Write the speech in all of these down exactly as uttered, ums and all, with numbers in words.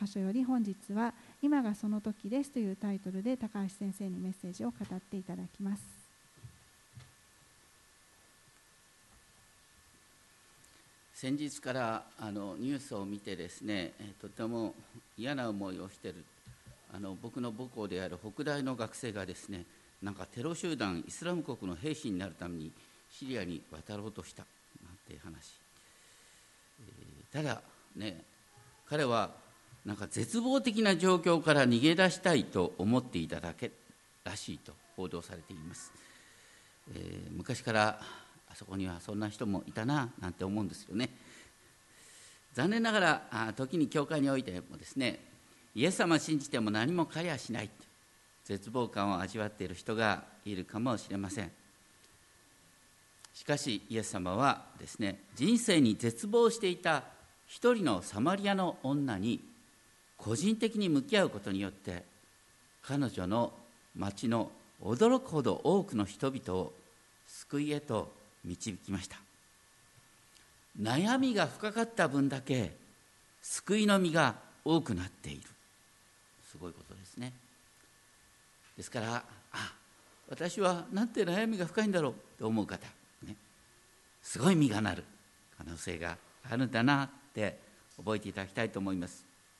箇所より本日は今がその時ですというタイトルで高橋先生にメッセージを語っていただきます。 先日からあのニュースを見てですね、とても嫌な思いをしているあの僕の母校である北大の学生がですね、なんかテロ集団イスラム国の兵士になるためにシリアに渡ろうとしたなんて話、えー、ただね、彼はなんか絶望的な状況から逃げ出したいと思っていただけらしいと報道されています。えー、昔からあそこにはそんな人もいたななんて思うんですよね。残念ながらあ時に教会においてもですね、イエス様を信じても何も変えやしない絶望感を味わっている人がいるかもしれません。しかしイエス様はですね、人生に絶望していた一人のサマリアの女に個人的に向き合うことによって、彼女の町の驚くほど多くの人々を救いへと導きました。悩みが深かった分だけ救いの実が多くなっている、すごいことですね。ですから、あ、私はなんて悩みが深いんだろうと思う方、ね、すごい実がなる可能性があるんだなって覚えていただきたいと思います。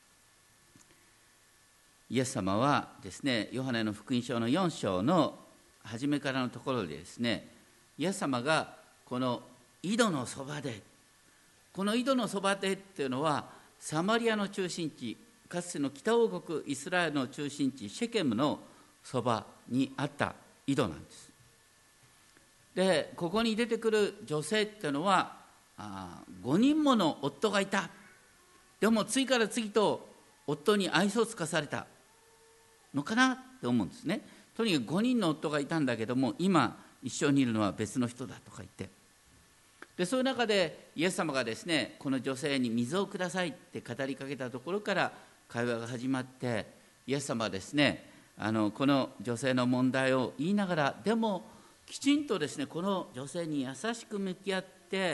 イエス様はですね、ヨハネの福音書のよん章の初めからのところでですね、イエス様がこの井戸のそばで、この井戸のそばでっていうのはサマリアの中心地、かつての北王国イスラエルの中心地シェケムのそばにあった井戸なんです。で、ここに出てくる女性っていうのはあごにんもの夫がいた。でも次から次と夫に愛想つかされたのかなって思うんですね。とにかくごにんの夫がいたんだけども、今一緒にいるのは別の人だとか言って、でそういう中でイエス様がですね、この女性に水をくださいって語りかけたところから会話が始まって、イエス様はですね、あのこの女性の問題を言いながら、でもきちんとですね、この女性に優しく向き合って、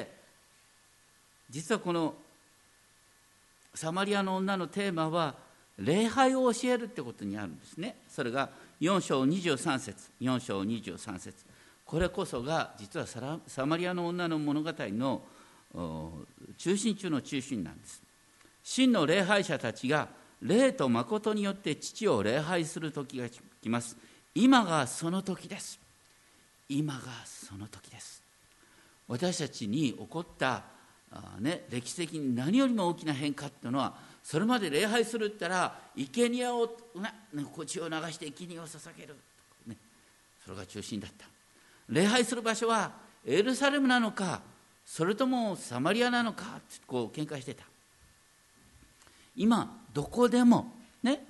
実はこのサマリアの女のテーマは礼拝を教えるってことにあるんですね。それがよん章にじゅうさん節、よん章にじゅうさん節、これこそが実はサマリアの女の物語の中心中の中心なんです。真の礼拝者たちが霊と誠によって父を礼拝する時が来ます。今がその時です。今がその時です。私たちに起こったね、歴史的に何よりも大きな変化っていうのは、それまで礼拝するって言ったら生贄を、ね、血を流して生贄を捧げる、ね、それが中心だった。礼拝する場所はエルサレムなのか、それともサマリアなのかってこう喧嘩してた。今どこでもね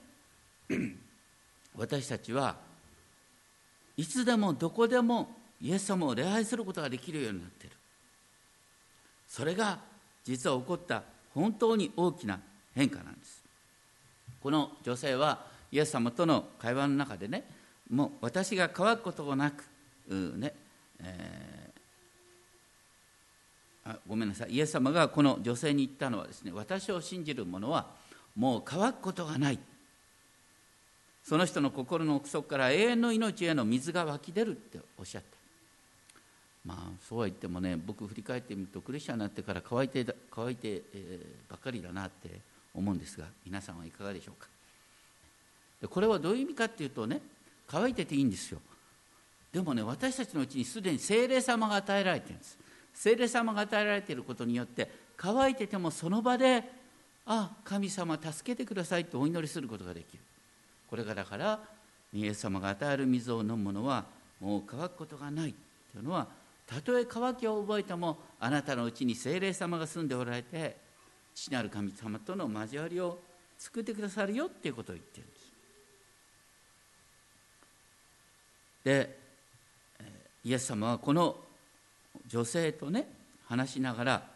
私たちはいつでもどこでもイエス様を礼拝することができるようになっている。それが実は起こった本当に大きな変化なんです。この女性はイエス様との会話の中でね、もう私が乾くことなく、ねえー、あごめんなさい、イエス様がこの女性に言ったのはですね、私を信じる者はもう乾くことがない。その人の心の奥底から永遠の命への水が湧き出るっておっしゃった。まあそうは言ってもね、僕振り返ってみるとクリスチャンになってから乾いて乾いて、えー、ばっかりだなって思うんですが、皆さんはいかがでしょうか。でこれはどういう意味かっていうとね、乾いてていいんですよ。でもね、私たちのうちにすでに聖霊様が与えられているんです。聖霊様が与えられていることによって、乾いててもその場で、あ、神様助けてくださいとお祈りすることができる。これがだからイエス様が与える水を飲む者はもう乾くことがないというのは、たとえ渇きを覚えてもあなたのうちに聖霊様が住んでおられて、父なる神様との交わりを作ってくださるよっていうことを言っているんです。で、イエス様はこの女性とね話しながら、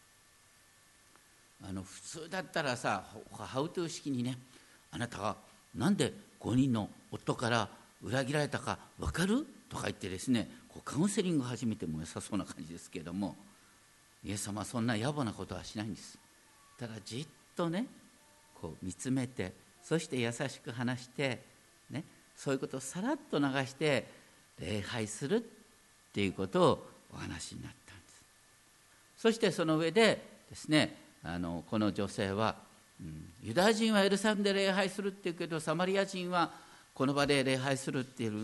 あの普通だったらさ、ハウトゥー式にね、あなたがなんでごにんの夫から裏切られたか分かるとか言ってですね、こうカウンセリングを始めても良さそうな感じですけれども、イエス様はそんな野暮なことはしないんです。ただじっとね、 こう見つめて、そして優しく話して、ね、そういうことをさらっと流して礼拝するっていうことをお話になったんです。そしてその上でですね、あのこの女性は、うん、ユダヤ人はエルサレムで礼拝するっていうけど、サマリア人はこの場で礼拝するっていう、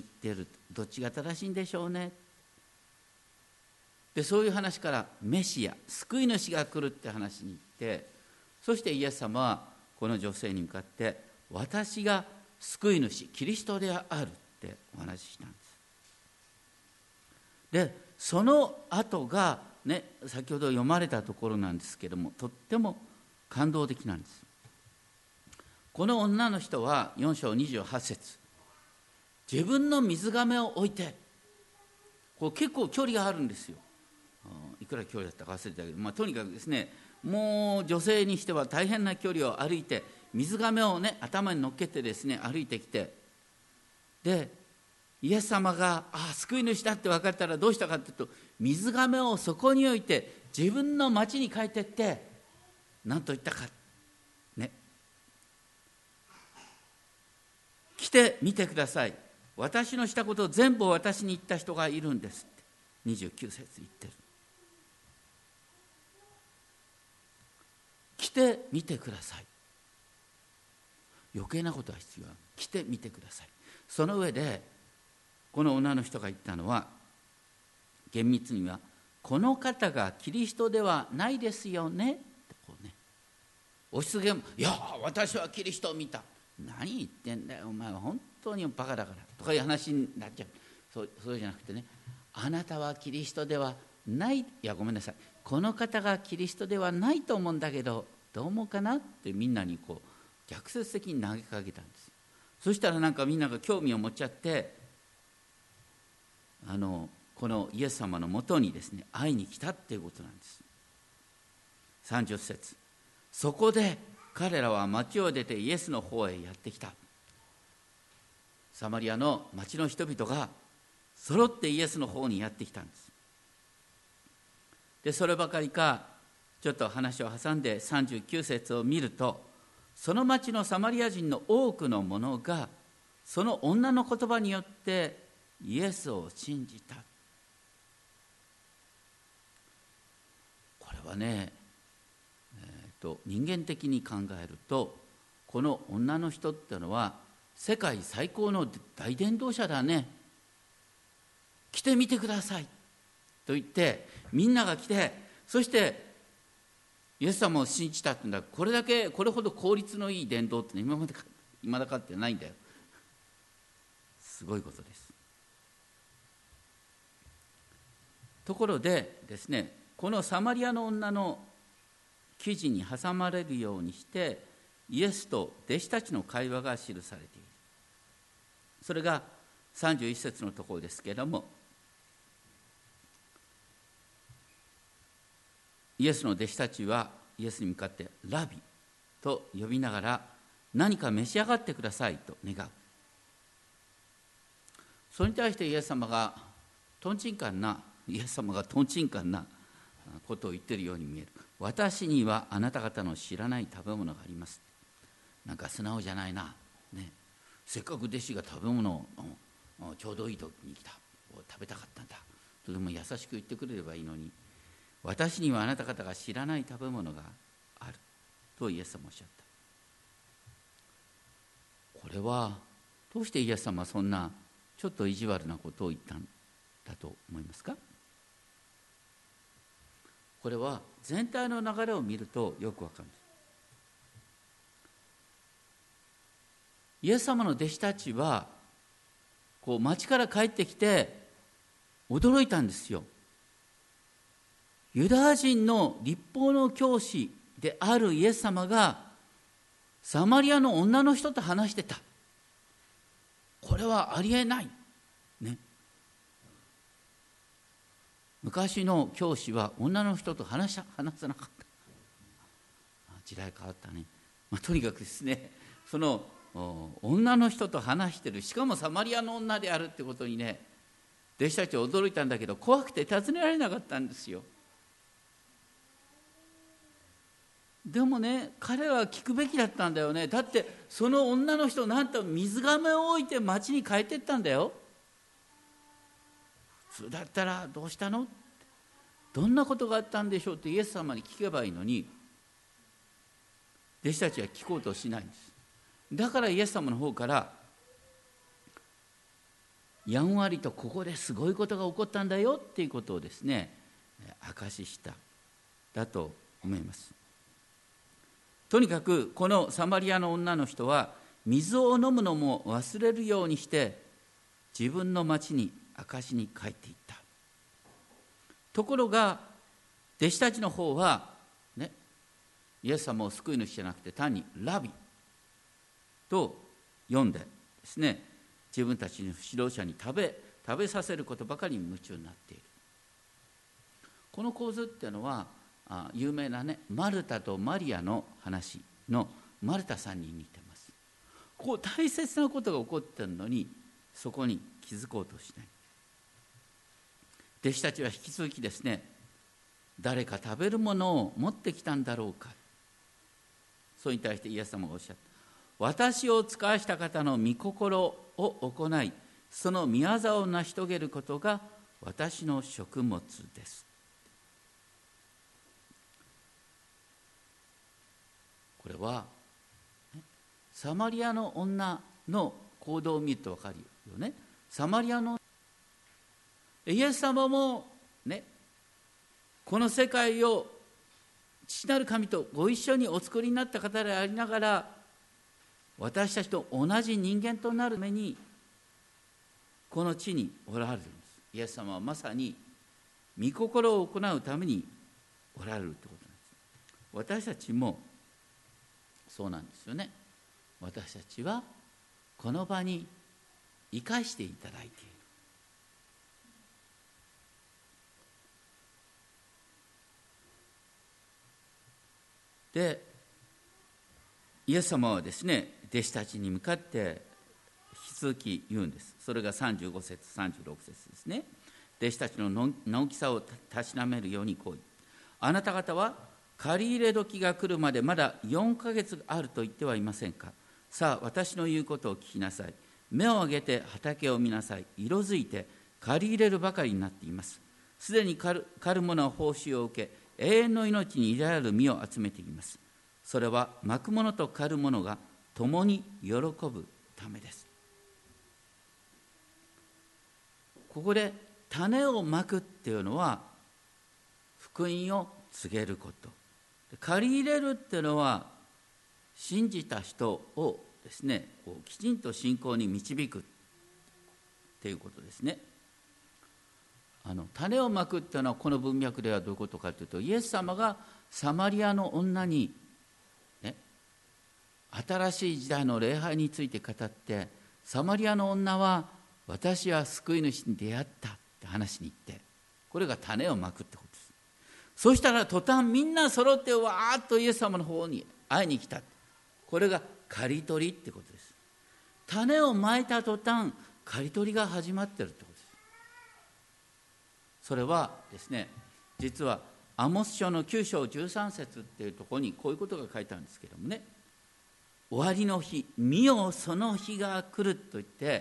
どっちが正しいんでしょうね。でそういう話からメシア、救い主が来るって話に行って、そしてイエス様はこの女性に向かって、私が救い主、キリストであるってお話ししたんです。でその後がね、先ほど読まれたところなんですけども、とっても感動的なんです。この女の人はよん章にじゅうはち節、自分の水がめを置いて、こう結構距離があるんですよ。いくら距離だったか忘れたけど、まあ、とにかくですね、もう女性にしては大変な距離を歩いて、水がめをね頭に乗っけてですね歩いてきて、でイエス様があ救い主だって分かったらどうしたかというと、水がめをそこに置いて自分の町に帰ってって何と言ったかね、来てみてください、私のしたことを全部私に言った人がいるんですってにじゅうきゅう節言ってる。来てみてください。余計なことは必要ない。来てみてください。その上でこの女の人が言ったのは、厳密にはこの方がキリストではないですよねってこうね押し付けも、いや私はキリストを見た、何言ってんだよお前は本当にバカだからとかいう話になっちゃう。そうそうじゃなくてね、あなたはキリストではない、いやごめんなさい、この方がキリストではないと思うんだけどどう思うかなってみんなにこう逆説的に投げかけたんです。そしたらなんかみんなが興味を持っちゃって、あのこのイエス様のもとにですね会いに来たっていうことなんです。さんじゅう節、そこで彼らは町を出てイエスの方へやってきた。サマリアの町の人々が揃ってイエスの方にやってきたんです。でそればかりか、ちょっと話を挟んでさんじゅうきゅう節を見ると、その町のサマリア人の多くの者がその女の言葉によってイエスを信じた。これはね、えー、と人間的に考えると、この女の人っていうのは世界最高の大伝道者だね、来てみてくださいと言ってみんなが来て、そしてイエス様を信じたってんだ。これだけこれほど効率のいい伝道って今までか今だかってないんだよ。すごいことです。ところでですね、このサマリアの女の記事に挟まれるようにしてイエスと弟子たちの会話が記されている。それがさんじゅういち節のところですけれども、イエスの弟子たちはイエスに向かってラビと呼びながら、何か召し上がってくださいと願う。それに対してイエス様がとんちんかんなイエス様がとんちんかんなことを言っているように見える。私にはあなた方の知らない食べ物があります。なんか素直じゃないな、ね、せっかく弟子が食べ物をちょうどいい時に来た、食べたかったんだとでも優しく言ってくれればいいのに、私にはあなた方が知らない食べ物があるとイエス様おっしゃった。これはどうしてイエス様はそんなちょっと意地悪なことを言ったんだと思いますか？これは全体の流れを見るとよくわかるんです。イエス様の弟子たちはこう町から帰ってきて驚いたんですよ。ユダヤ人の律法の教師であるイエス様がサマリアの女の人と話してた。これはありえない、ね、昔の教師は女の人と話し話さなかった。時代変わったね、まあ、とにかくですね、その女の人と話してる、しかもサマリアの女であるってことにね、弟子たちは驚いたんだけど怖くて尋ねられなかったんですよ。 でもね、彼は聞くべきだったんだよね。だってその女の人、なんと水がめを置いて町に帰ってったんだよ。普通だったらどうしたの、どんなことがあったんでしょうってイエス様に聞けばいいのに、弟子たちは聞こうとしないんです。だからイエス様の方からやんわりとここですごいことが起こったんだよっていうことをですね、証ししただと思います。とにかくこのサマリアの女の人は水を飲むのも忘れるようにして自分の町に証しに帰っていった。ところが弟子たちの方はね、イエス様を救い主じゃなくて単にラビと呼んでですね、自分たちの指導者に食べ食べさせることばかりに夢中になっている。この構図っていうのはあ有名なね、マルタとマリアの話のマルタさんに似てます。こう大切なことが起こっているのにそこに気づこうとしない。弟子たちは引き続きですね、誰か食べるものを持ってきたんだろうか、それに対してイエス様がおっしゃった。私を使わした方の御心を行い、その御業を成し遂げることが私の食物です。これはサマリアの女の行動を見ると分かるよね。サマリアのイエス様もね、この世界を父なる神とご一緒にお作りになった方でありながら、私たちと同じ人間となるためにこの地におられるんです。イエス様はまさに御心を行うためにおられるということなんです。私たちもそうなんですよね。私たちはこの場に生かしていただいている。で、イエス様はですね、弟子たちに向かって引き続き言うんです。それがさんじゅうご節さんじゅうろく節ですね。弟子たちののきさをたしなめるようにこう言う。あなた方は借り入れ時が来るまでまだよんかげつあると言ってはいませんか。さあ私の言うことを聞きなさい。目を上げて畑を見なさい。色づいて借り入れるばかりになっています。すでに狩る、狩る者は報酬を受け、永遠の命に入れられる実を集めています。それはまく者と狩る者が共に喜ぶためです。ここで種をまくっていうのは福音を告げること、借り入れるっていうのは信じた人をですね、こうきちんと信仰に導くっていうことですね。あの種をまくっていうのはこの文脈ではどういうことかというと、イエス様がサマリアの女に、ね、新しい時代の礼拝について語って、サマリアの女は私は救い主に出会ったって話に行って、これが種をまくってことです。そうしたら途端みんな揃ってわーっとイエス様の方に会いに来た。これが刈り取りってことです。種をまいた途端刈り取りが始まってるってことです。それはですね、実はアモス書のきゅう章じゅうさん節っていうところにこういうことが書いてあるんですけどもね、終わりの日、見よその日が来ると言って、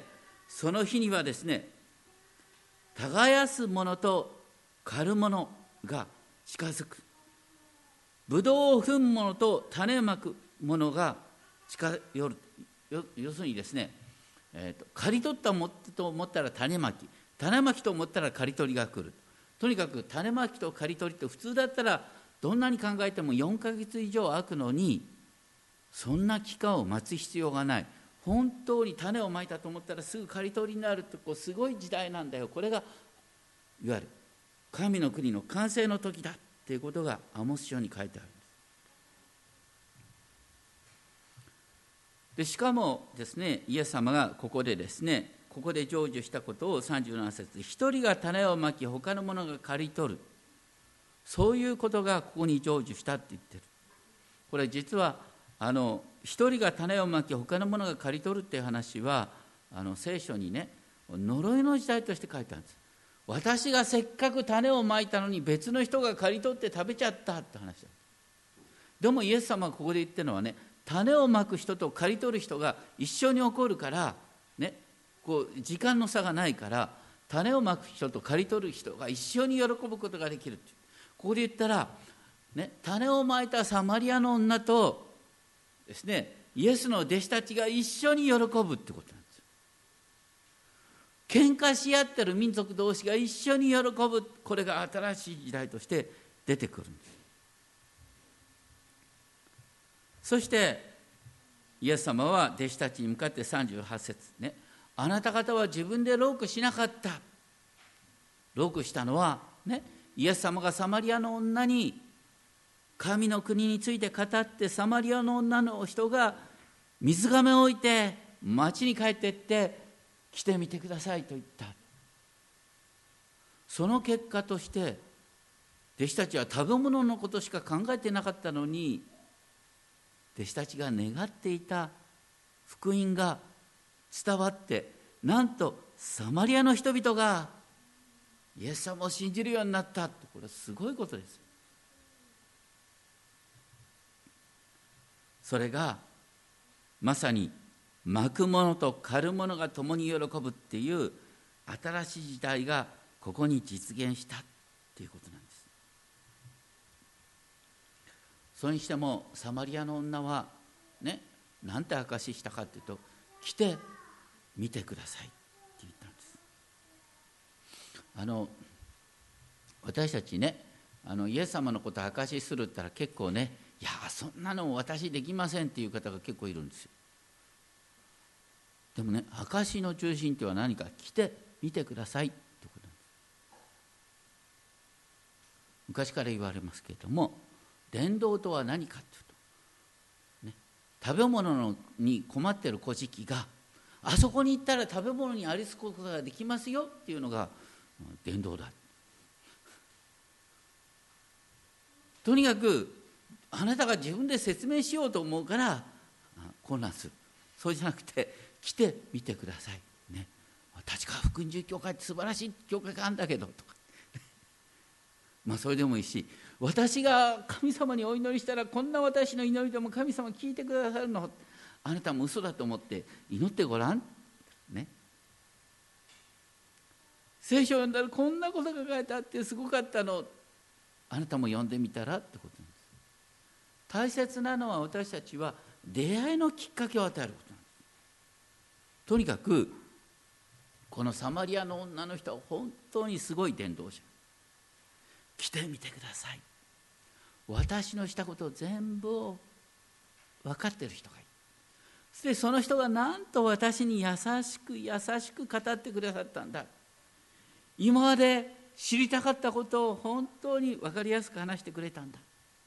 その日にはですね、耕す者と刈る者が近づく。ぶどうを踏む者と種まく者が近寄る。要するにですね、えーと、刈り取ったと思ったら種まき、種まきと思ったら刈り取りが来る。とにかく種まきと刈り取りって普通だったらどんなに考えてもよんかげつ以上空くのに、そんな期間を待つ必要がない。本当に種をまいたと思ったらすぐ刈り取りになるって、こうすごい時代なんだよ。これがいわゆる神の国の完成の時だっていうことがアモス書に書いてあるんです。でしかもですね、イエス様がここでですね、ここで成就したことをさんじゅうなな節、一人が種をまき他の者が刈り取る、そういうことがここに成就したって言ってる。これ実はあの一人が種をまき他の者が刈り取るっていう話は、あの聖書にね、呪いの時代として書いてあるんです。私がせっかく種をまいたのに別の人が刈り取って食べちゃったって話だ。 でもイエス様がここで言ってるのはね、種をまく人と刈り取る人が一緒に起こるから、ね、こう時間の差がないから、種をまく人と刈り取る人が一緒に喜ぶことができるって。ここで言ったら、ね、種をまいたサマリアの女とですね、イエスの弟子たちが一緒に喜ぶってことなんですよ。喧嘩し合ってる民族同士が一緒に喜ぶ、これが新しい時代として出てくるんです。そしてイエス様は弟子たちに向かってさんじゅうはち節ね、あなた方は自分で労苦しなかった。労苦したのはね、イエス様がサマリアの女に神の国について語って、サマリアの女の人が水がめを置いて町に帰っていって来てみてくださいと言った。その結果として弟子たちは食べ物のことしか考えてなかったのに、弟子たちが願っていた福音が伝わって、なんとサマリアの人々がイエス様を信じるようになった。これはすごいことです。それがまさにまく者と刈る者が共に喜ぶっていう新しい時代がここに実現したっていうことなんです。それにしてもサマリアの女はね、なんて証ししたかっていうと、来て見てくださいって言ったんです。あの私たちね、あのイエス様のことを証しするって言ったら結構ね、いやそんなの私できませんっていう方が結構いるんですよ。でもね、証の中心っては何か、来て見てくださいってことなんです。昔から言われますけれども、伝道とは何かというと、ね、食べ物に困っている孤児があそこに行ったら食べ物にありつくことができますよっていうのが伝道だ。とにかくあなたが自分で説明しようと思うから混乱する。そうじゃなくて、来てみてください、ね、立川福音住教会って素晴らしい教会があるんだけどとかまあそれでもいいし、私が神様にお祈りしたらこんな私の祈りでも神様聞いてくださるの、あなたも嘘だと思って祈ってごらん、ね、聖書を読んだらこんなことが書いてあってすごかったの、あなたも読んでみたらってことなんです。大切なのは私たちは出会いのきっかけを与えることなんです。とにかくこのサマリアの女の人は本当にすごい伝道者。来てみてください。私のしたことを全部を分かっている人がいる。そしてその人がなんと私に優しく優しく語ってくださったんだ。今まで知りたかったことを本当に分かりやすく話してくれたんだ。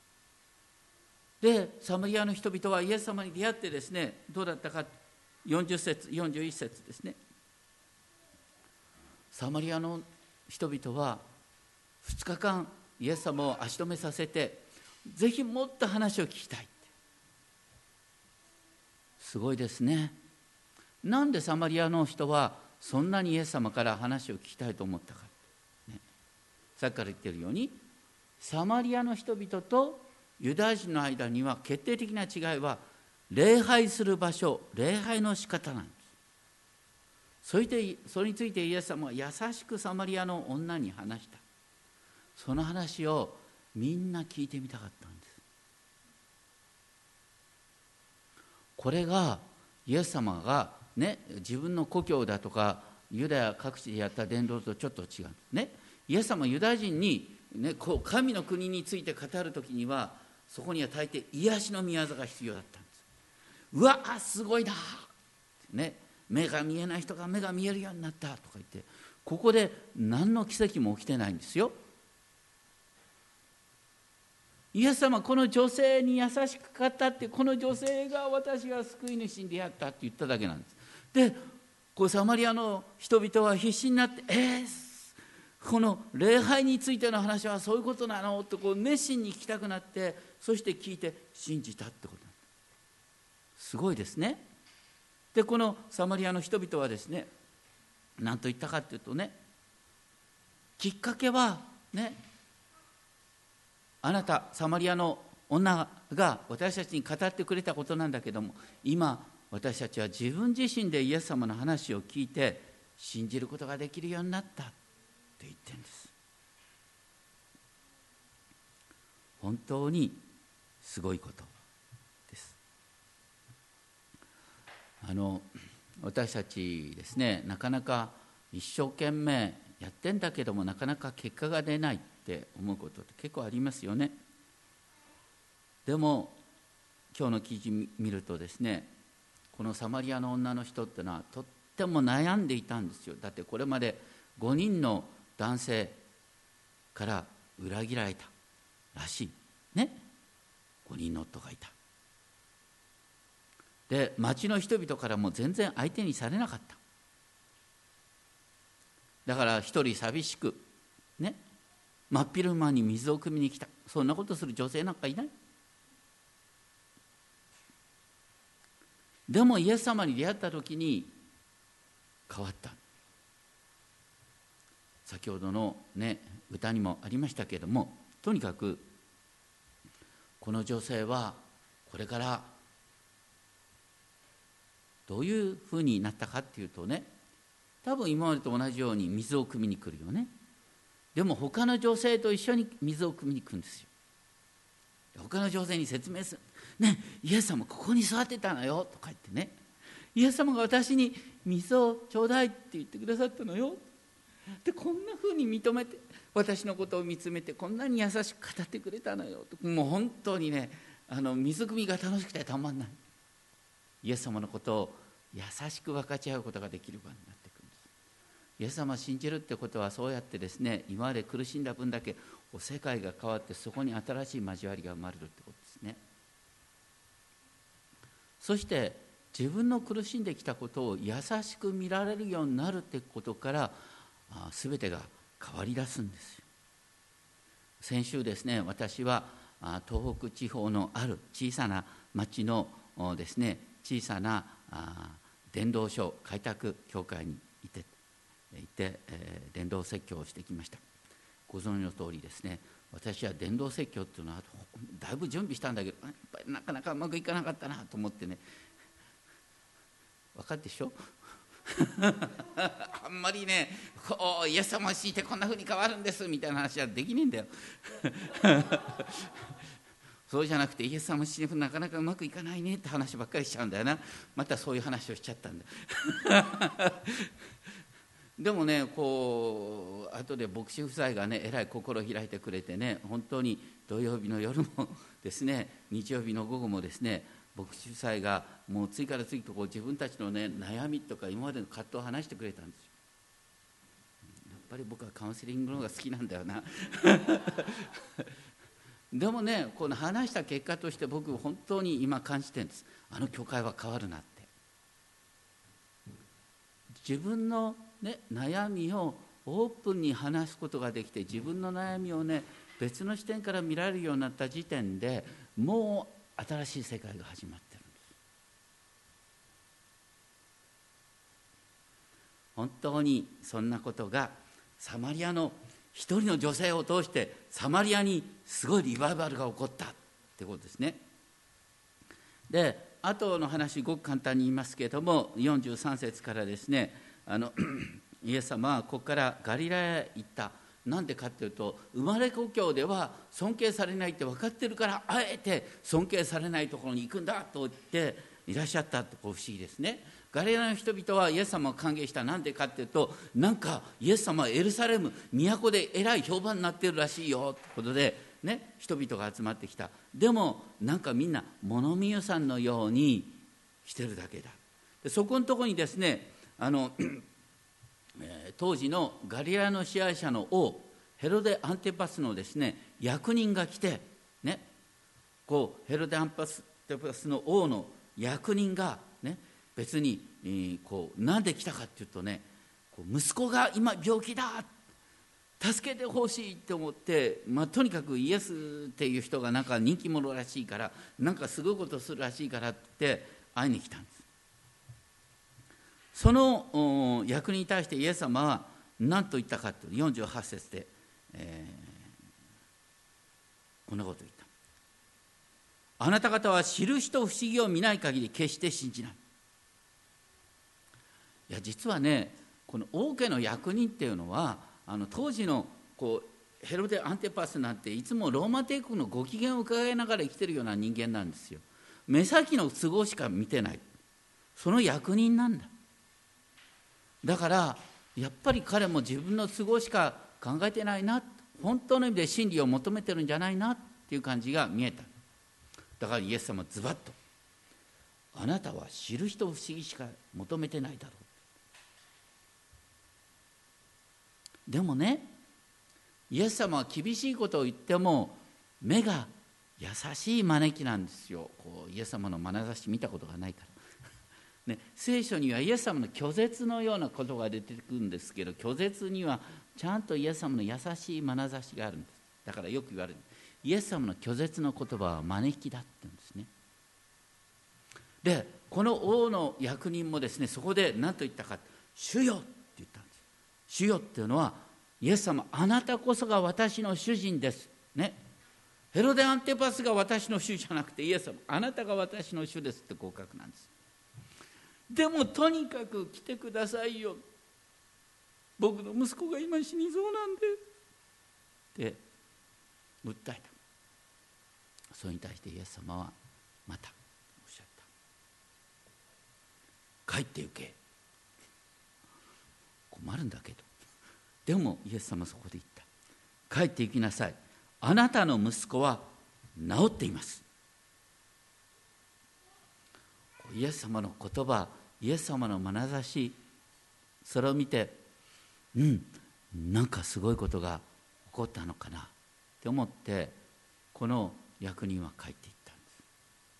でサマリアの人々はイエス様に出会ってですね、どうだったか、よんじゅう節よんじゅういち節ですね。サマリアの人々はふつかかんイエス様を足止めさせて、ぜひもっと話を聞きたいって。すごいですね。なんでサマリアの人はそんなにイエス様から話を聞きたいと思ったか、ね、さっきから言っているように、サマリアの人々とユダヤ人の間には決定的な違いは礼拝する場所、礼拝の仕方なんです。それでそれについてイエス様は優しくサマリアの女に話した。その話をみんな聞いてみたかったんです。これがイエス様がね、自分の故郷だとかユダヤ各地でやった伝道とちょっと違うんですね。イエス様はユダヤ人に、ね、こう神の国について語るときには、そこには大抵癒しの御業が必要だったんです。うわーすごいな、ね、目が見えない人が目が見えるようになったとか言って、ここで何の奇跡も起きてないんですよ。イエス様はこの女性に優しく語って、この女性が私が救い主に出会ったって言っただけなんです。でこうサマリアの人々は必死になって、えー、この礼拝についての話はそういうことなのとこう熱心に聞きたくなって、そして聞いて信じたってことなんです。すごいですね。でこのサマリアの人々はですね、何と言ったかというとね、きっかけはね、あなたサマリアの女が私たちに語ってくれたことなんだけども、今私たちは自分自身でイエス様の話を聞いて信じることができるようになったって言ってるんです。本当にすごいことです。あの私たちですね、なかなか一生懸命やってんだけどもなかなか結果が出ないって思うことって結構ありますよね。でも今日の記事見るとですね、このサマリアの女の人ってのはとっても悩んでいたんですよ。だってこれまでごにんの男性から裏切られたらしいね。ごにんの夫がいた。で、町の人々からも全然相手にされなかった。だから一人寂しくね、真っ昼間に水を汲みに来た。そんなことする女性なんかいない。でもイエス様に出会った時に変わった。先ほどのね歌にもありましたけれども、とにかくこの女性はこれからどういうふうになったかっていうとね、多分今までと同じように水を汲みに来るよね。でも他の女性と一緒に水を汲みに来るんですよ。他の女性に説明する。ね、イエス様ここに座ってたのよとか言ってね、イエス様が私に水をちょうだいって言ってくださったのよ。で、こんなふうに認めて私のことを見つめてこんなに優しく語ってくれたのよと、もう本当にね、あの水汲みが楽しくてたまんない。イエス様のことを優しく分かち合うことができる場になってくるんです。イエス様を信じるってことはそうやってですね、今まで苦しんだ分だけ世界が変わってそこに新しい交わりが生まれるってことですね。そして自分の苦しんできたことを優しく見られるようになるってことから全てが変わり出すんですよ。先週ですね、私は東北地方のある小さな町のですね、小さな伝道所開拓教会にいて、いて、えー、伝道説教をしてきました。ご存知の通りですね、私は伝道説教っていうのはだいぶ準備したんだけどやっぱりなかなかうまくいかなかったなと思ってね、分かるでしょあんまりね、こうイエス様を信じてこんなふうに変わるんですみたいな話はできねえんだよそうじゃなくて、イエス様を信じてなかなかうまくいかないねって話ばっかりしちゃうんだよな。またそういう話をしちゃったんだでもね、こう後で牧師夫妻がねえらい心を開いてくれてね、本当に土曜日の夜もですね、日曜日の午後もですね、牧師夫妻がもう次から次とこう自分たちのね悩みとか今までの葛藤を話してくれたんですよ。やっぱり僕はカウンセリングの方が好きなんだよなでもね、この話した結果として僕本当に今感じてるんです。あの教会は変わるなって。自分のね、悩みをオープンに話すことができて、自分の悩みをね別の視点から見られるようになった時点でもう新しい世界が始まってるんです。本当にそんなことがサマリアの一人の女性を通してサマリアにすごいリバイバルが起こったってことですね。で、後の話ごく簡単に言いますけれども、よんじゅうさん節からですね、あのイエス様はここからガリラヤへ行った。なんでかっていうと、生まれ故郷では尊敬されないって分かってるから、あえて尊敬されないところに行くんだと言っていらっしゃったって、こう不思議ですね。ガリラヤの人々はイエス様を歓迎した。なんでかっていうと、なんかイエス様はエルサレム都でえらい評判になってるらしいよってことでね、人々が集まってきた。でもなんかみんな物見湯さんのようにしてるだけだ。でそこのところにですね、あの当時のガリラヤの支配者の王ヘロデ・アンティパスのですね役人が来てね、こうヘロデ・アンティパスの王の役人がね、別に、えー、こうなんで来たかっていうとね、こう息子が今病気だ、助けてほしいって思って、まあ、とにかくイエスっていう人がなんか人気者らしいから、なんかすごいことするらしいからって会いに来たんです。その役に対してイエス様は何と言ったかというと、よんじゅうはち節で、えー、こんなことを言った。 あなた方は印と不思議を見ない限り決して信じない。いや実はね、この王家の役人っていうのはあの当時のこうヘロデ・アンティパスなんていつもローマ帝国のご機嫌を伺いながら生きてるような人間なんですよ。目先の都合しか見てない、その役人なんだ。だからやっぱり彼も自分の都合しか考えてないな、本当の意味で真理を求めてるんじゃないなっていう感じが見えた。だからイエス様はズバッと、あなたは印と不思議しか求めてないだろう。でもね、イエス様は厳しいことを言っても目が優しい招きなんですよ。こうイエス様の眼差し見たことがないからね、聖書にはイエス様の拒絶のようなことが出てくるんですけど、拒絶にはちゃんとイエス様の優しい眼差しがあるんです。だからよく言われる、イエス様の拒絶の言葉は招きだって言うんですね。でこの王の役人もですね、そこで何と言ったか、主よって言ったんです。主よっていうのは、イエス様、あなたこそが私の主人ですね。ヘロデ・アンティパスが私の主じゃなくて、イエス様、あなたが私の主ですって合格なんです。でもとにかく来てくださいよ、僕の息子が今死にそうなんでって訴えた。それに対してイエス様はまたおっしゃった。帰って行け。困るんだけど、でもイエス様はそこで言った。帰って行きなさい、あなたの息子は治っています。イエス様の言葉、イエス様の眼差し、それを見て、うんなんかすごいことが起こったのかなって思って、この役人は帰っていったんです。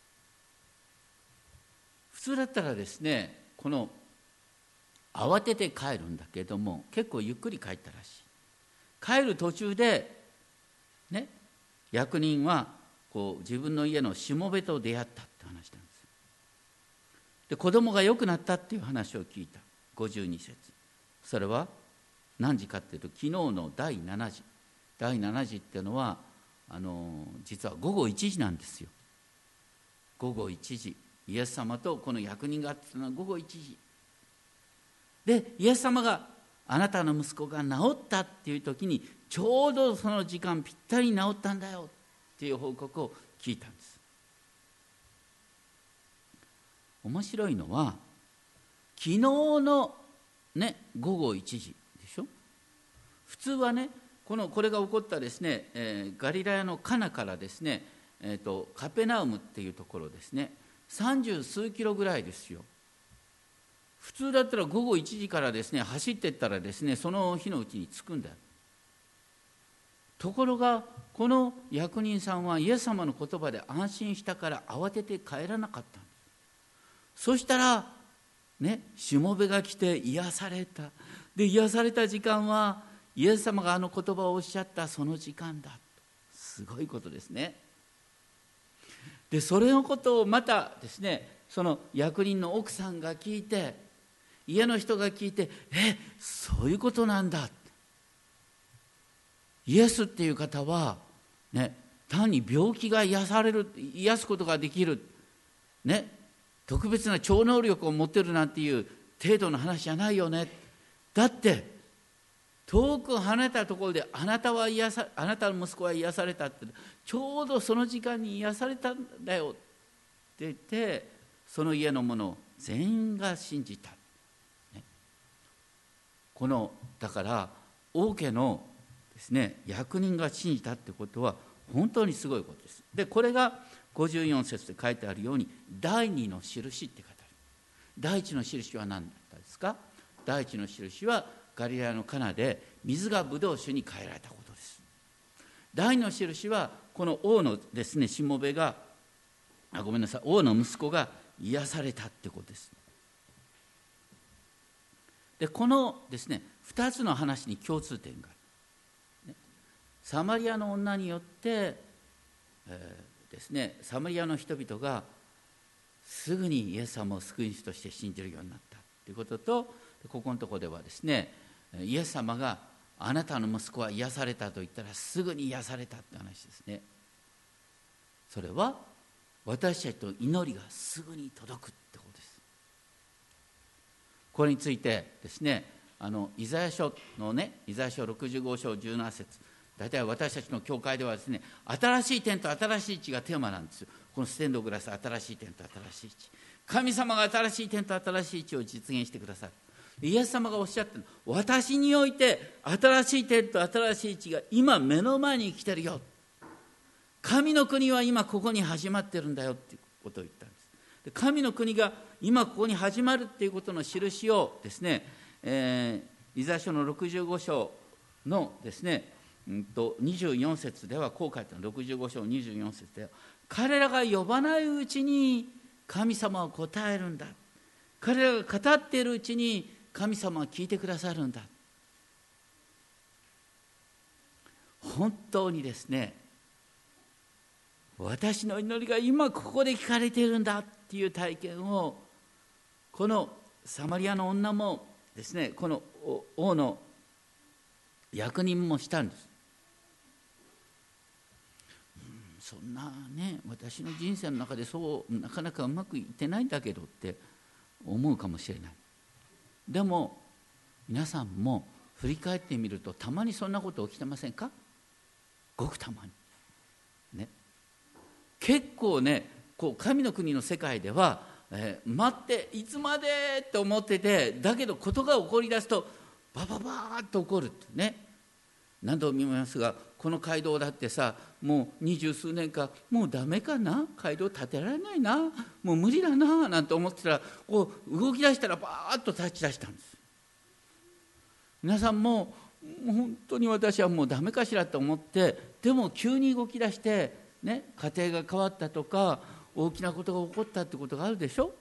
普通だったらですね、この慌てて帰るんだけども、結構ゆっくり帰ったらしい。帰る途中でね、役人はこう自分の家のしもべと出会ったって話なんです。で子供が良くなったっていう話を聞いた。ごじゅうに節、それは何時かっていうと、昨日のだいななじ、だいななじっていうのはあの実はごごいちじなんですよ。ごごいちじ、イエス様とこの役人があったのはごごいちじで、イエス様があなたの息子が治ったっていう時に、ちょうどその時間ぴったりに治ったんだよっていう報告を聞いたんです。面白いのは、昨日のねごごいちじでしょ。普通はね、このこれが起こったですね、えー、ガリラヤのカナからですね、えーと、カペナウムっていうところですね、三十数キロぐらいですよ。普通だったらごごいちじからですね走っていったらですね、その日のうちに着くんだよ。ところがこの役人さんはイエス様の言葉で安心したから慌てて帰らなかったんです。そしたらね、しもべが来て癒された。で癒された時間はイエス様があの言葉をおっしゃったその時間だ。すごいことですね。でそれのことをまたですね、その役人の奥さんが聞いて、家の人が聞いて、えそういうことなんだ。イエスっていう方は、ね、単に病気が癒される、癒すことができる、ね、特別な超能力を持ってるなんていう程度の話じゃないよね。だって遠く離れたところであなたは癒さあなたの息子は癒されたって、ちょうどその時間に癒されたんだよって言って、その家の者全員が信じた。ね、このだから王家のですね、役人が信じたってことは本当にすごいことです。でこれがごじゅうよん節で書いてあるように、第二の印って語る。第一の印は何だったですか。第一の印はガリラヤのカナで水がブドウ酒に変えられたことです。第二の印はこの王のですねしもべがあごめんなさい王の息子が癒されたってことです。でこのですねふたつの話に共通点がある。サマリアの女によって、えー、ですねサマリアの人々がすぐにイエス様を救い主として信じるようになったということと、ここのところではですね、イエス様があなたの息子は癒されたと言ったらすぐに癒されたって話ですね。それは私たちの祈りがすぐに届くってことです。これについてですね、あのイザヤ書のね、イザヤ書ろくじゅうご章じゅうなな節、大体私たちの教会ではですね、新しい天と新しい地がテーマなんですよ。このステンドグラス、新しい天と新しい地、神様が新しい天と新しい地を実現してくださる。イエス様がおっしゃったの、私において新しい天と新しい地が今目の前に来てるよ、神の国は今ここに始まってるんだよっていうことを言ったんです。で、神の国が今ここに始まるっていうことの印をですね、えー、イザヤ書のろくじゅうご章のですね、うんとにじゅうよん節ではこう書いてある。ろくじゅうご章にじゅうよん節では、彼らが呼ばないうちに神様は答えるんだ、彼らが語っているうちに神様は聞いてくださるんだ。本当にですね、私の祈りが今ここで聞かれているんだっていう体験を、このサマリアの女もですね、この王の役人もしたんです。そんなね、私の人生の中でそうなかなかうまくいってないんだけどって思うかもしれない。でも皆さんも振り返ってみると、たまにそんなこと起きてませんか？ごくたまにね。結構ね、こう神の国の世界では、えー、待っていつまでって思ってて、だけどことが起こり出すとバババーっと起こるってね。何度も見ますが、この街道だってさ、もう二十数年間、もうダメかな、街道建てられないな、もう無理だななんて思ってたら、こう動き出したらバーッと立ち出したんです。皆さんも、もう本当に私はもうダメかしらと思って、でも急に動き出してね、家庭が変わったとか大きなことが起こったってことがあるでしょ。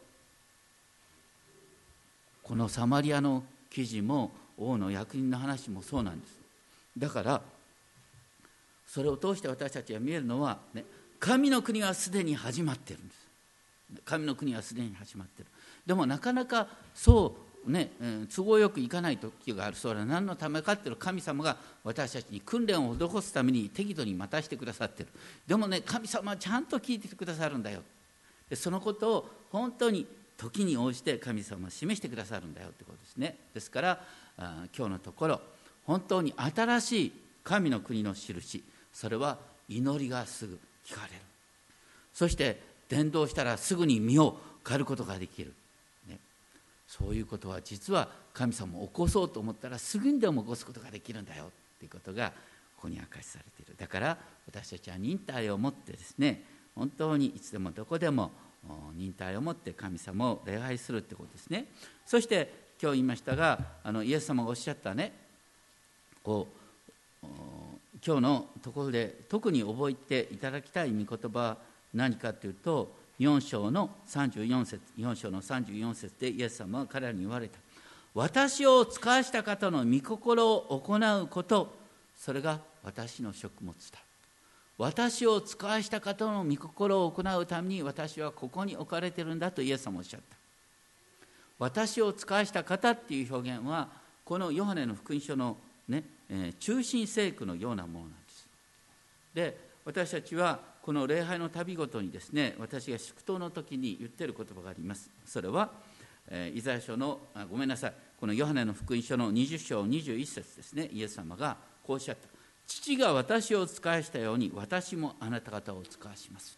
このサマリアの記事も王の役人の話もそうなんです。だからそれを通して私たちが見えるのは、ね、神の国はすでに始まってるんです。神の国はすでに始まってる。でもなかなかそうね、うん、都合よくいかない時がある。それは何のためかっていうの、神様が私たちに訓練を施すために適度に待たしてくださってる。でもね、神様はちゃんと聞いてくださるんだよ。でそのことを本当に時に応じて神様は示してくださるんだよってことですね。ですからあ今日のところ、本当に新しい神の国の印、それは祈りがすぐ聞かれる。そして伝道したらすぐに身を刈ることができる、ね、そういうことは実は神様を起こそうと思ったらすぐにでも起こすことができるんだよということがここに明かしされている。だから私たちは忍耐を持ってですね、本当にいつでもどこでも忍耐を持って神様を礼拝するということですね。そして今日言いましたが、あのイエス様がおっしゃったね、こう今日のところで特に覚えていただきたい御言葉は何かというと、よん章のさんじゅうよん節、よん章のさんじゅうよん節でイエス様は彼らに言われた。私を使わした方の御心を行うこと、それが私の食物だ。私を使わした方の御心を行うために私はここに置かれているんだとイエス様はおっしゃった。私を使わした方っていう表現は、このヨハネの福音書のね、えー、中心聖句のようなものなんです。で、私たちはこの礼拝の度ごとにですね、私が祝祷の時に言っている言葉があります。それは、えー、イザヤ書のあごめんなさいこのヨハネの福音書のにじゅう章にじゅういち節ですね。イエス様がこうおっしゃった。父が私を使わしたように私もあなた方を使わします。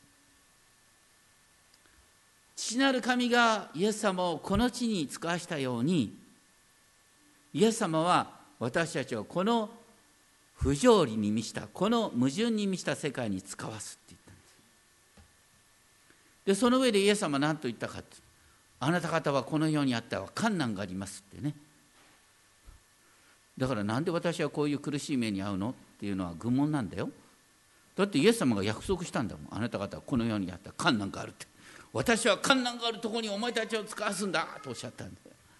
父なる神がイエス様をこの地に使わしたように、イエス様は私たちをこの不条理に満ちた、この矛盾に満ちた世界に使わすって言ったんです。で、その上でイエス様は何と言ったかって、あなた方はこの世にあったは困難がありますってね。だからなんで私はこういう苦しい目に遭うのっていうのは愚問なんだよ。だってイエス様が約束したんだもん。あなた方はこの世にあった困難があるって。私は困難があるところにお前たちを使わすんだとおっしゃったんだ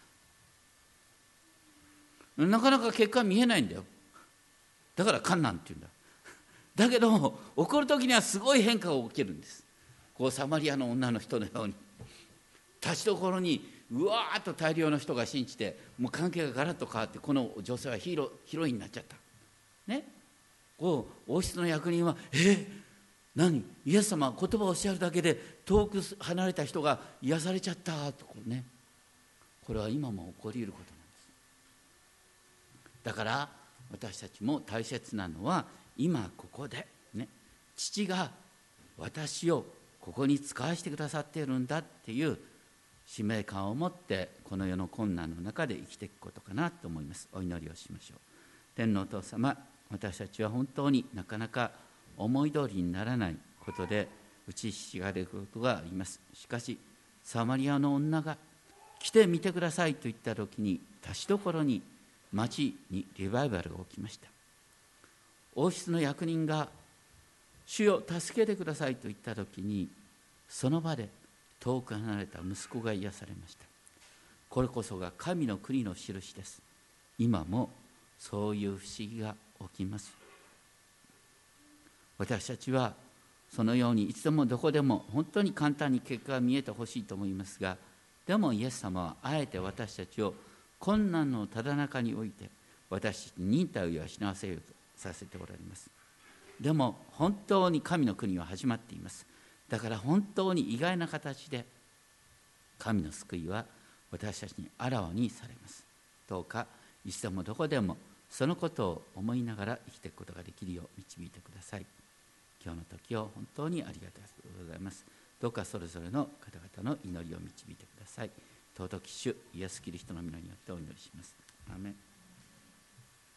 よ。なかなか結果見えないんだよ。だから困難っていうんだ。だけど起こる時にはすごい変化が起きるんです。こうサマリアの女の人のように立ちどころにうわーっと大量の人が信じて、もう関係がガラッと変わって、この女性はヒーローヒロインになっちゃったね。こう王室の役人はえー、 何、イエス様は言葉をおっしゃるだけで遠く離れた人が癒されちゃったところね、これは今も起こり得ることなんです。だから私たちも大切なのは今ここでね、父が私をここに使わせてくださっているんだっていう使命感を持ってこの世の困難の中で生きていくことかなと思います。お祈りをしましょう。天のお父様、私たちは本当になかなか思い通りにならないことで打ちひしがれることがあります。しかしサマリアの女が来てみてくださいと言った時に、たちどころに町にリバイバルが起きました。王室の役人が主よ助けてくださいと言った時に、その場で遠く離れた息子が癒されました。これこそが神の国の印です。今もそういう不思議が起きます。私たちはそのようにいつでもどこでも本当に簡単に結果が見えてほしいと思いますが、でもイエス様はあえて私たちを困難のただ中において私たちに忍耐を養わせようとさせておられます。でも本当に神の国は始まっています。だから本当に意外な形で神の救いは私たちにあらわにされます。どうかいつでもどこでもそのことを思いながら生きていくことができるよう導いてください。今日の時を本当にありがとうございます。どうかそれぞれの方々の祈りを導いてください。尊き主イエスキリストの皆によってお祈りします。アーメン。